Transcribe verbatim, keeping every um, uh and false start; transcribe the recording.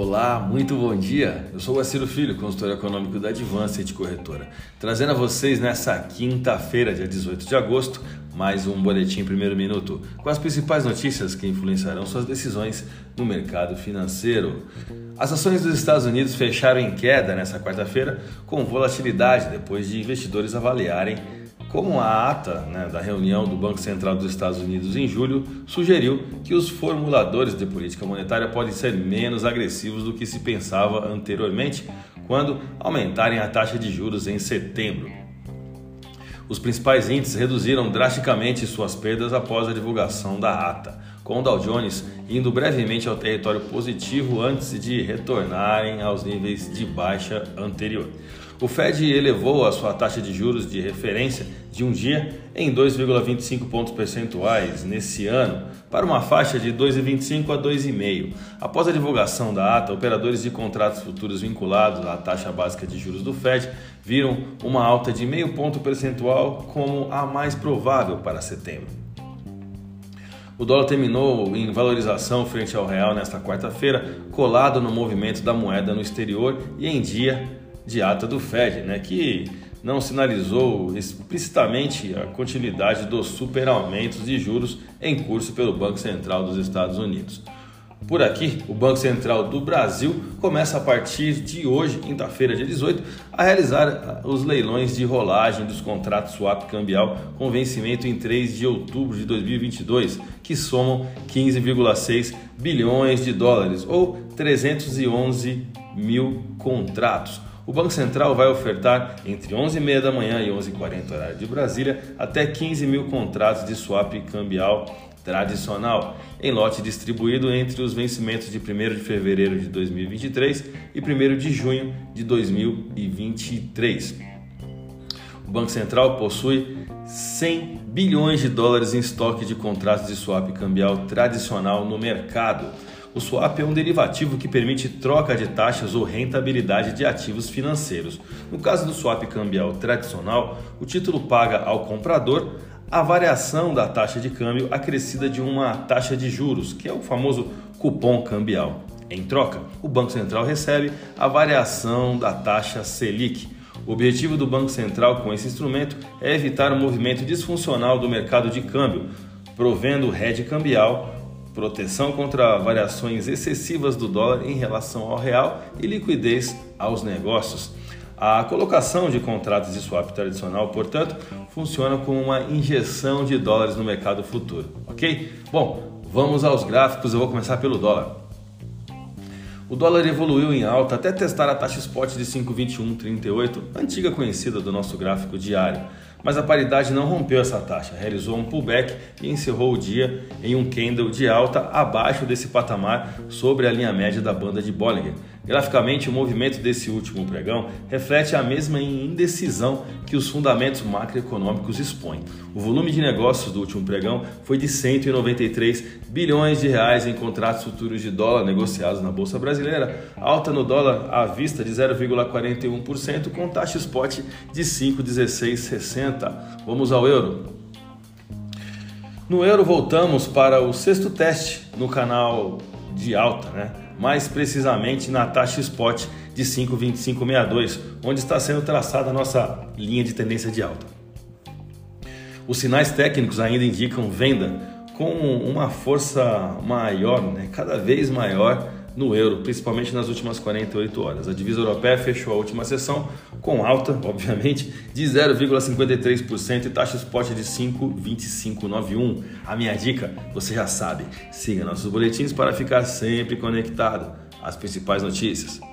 Olá, muito bom dia. Eu sou o Aciro Filho, consultor econômico da Advanced Corretora, trazendo a vocês nessa quinta-feira, dia dezoito de agosto, mais um boletim primeiro minuto, com as principais notícias que influenciarão suas decisões no mercado financeiro. As ações dos Estados Unidos fecharam em queda nesta quarta-feira, com volatilidade depois de investidores avaliarem como a ata né, da reunião do Banco Central dos Estados Unidos em julho sugeriu que os formuladores de política monetária podem ser menos agressivos do que se pensava anteriormente, quando aumentarem a taxa de juros em setembro. Os principais índices reduziram drasticamente suas perdas após a divulgação da ata, com o Dow Jones indo brevemente ao território positivo antes de retornarem aos níveis de baixa anterior. O Fed elevou a sua taxa de juros de referência de um dia em dois vírgula vinte e cinco pontos percentuais nesse ano, para uma faixa de dois vírgula vinte e cinco a dois vírgula cinco por cento. Após a divulgação da ata, operadores de contratos futuros vinculados à taxa básica de juros do Fed viram uma alta de meio ponto percentual como a mais provável para setembro. O dólar terminou em valorização frente ao real nesta quarta-feira, colado no movimento da moeda no exterior e em dia de ata do Fed, né, que não sinalizou explicitamente a continuidade dos superaumentos de juros em curso pelo Banco Central dos Estados Unidos. Por aqui, o Banco Central do Brasil começa a partir de hoje, quinta-feira, dia dezoito, a realizar os leilões de rolagem dos contratos swap cambial com vencimento em três de outubro de dois mil e vinte e dois, que somam quinze vírgula seis bilhões de dólares ou trezentos e onze mil contratos. O Banco Central vai ofertar entre onze e meia da manhã e onze e quarenta horário de Brasília até quinze mil contratos de swap cambial tradicional, em lote distribuído entre os vencimentos de primeiro de fevereiro de dois mil e vinte e três e primeiro de junho de dois mil e vinte e três. O Banco Central possui cem bilhões de dólares em estoque de contratos de swap cambial tradicional no mercado. O swap é um derivativo que permite troca de taxas ou rentabilidade de ativos financeiros. No caso do swap cambial tradicional, o título paga ao comprador a variação da taxa de câmbio acrescida de uma taxa de juros, que é o famoso cupom cambial. Em troca, o Banco Central recebe a variação da taxa Selic. O objetivo do Banco Central com esse instrumento é evitar o movimento disfuncional do mercado de câmbio, provendo hedge cambial, proteção contra variações excessivas do dólar em relação ao real e liquidez aos negócios. A colocação de contratos de swap tradicional, portanto, funciona como uma injeção de dólares no mercado futuro, ok? Bom, vamos aos gráficos, eu vou começar pelo dólar. O dólar evoluiu em alta até testar a taxa spot de cinco vírgula vinte e um trinta e oito, antiga conhecida do nosso gráfico diário. Mas a paridade não rompeu essa taxa, realizou um pullback e encerrou o dia em um candle de alta abaixo desse patamar sobre a linha média da banda de Bollinger. Graficamente, o movimento desse último pregão reflete a mesma indecisão que os fundamentos macroeconômicos expõem. O volume de negócios do último pregão foi de cento e noventa e três bilhões de reais em contratos futuros de dólar negociados na Bolsa Brasileira, alta no dólar à vista de zero vírgula quarenta e um por cento com taxa spot de cinco vírgula dezesseis sessenta. Vamos ao euro. No euro voltamos para o sexto teste no canal de alta, né? Mais precisamente na taxa spot de cinco vírgula vinte e cinco sessenta e dois, onde está sendo traçada a nossa linha de tendência de alta. Os sinais técnicos ainda indicam venda com uma força maior, né? Cada vez maior no euro, principalmente nas últimas quarenta e oito horas. A divisa europeia fechou a última sessão com alta, obviamente, de zero vírgula cinquenta e três por cento e taxa spot de cinco vírgula vinte e cinco noventa e um. A minha dica, você já sabe, siga nossos boletins para ficar sempre conectado às principais notícias.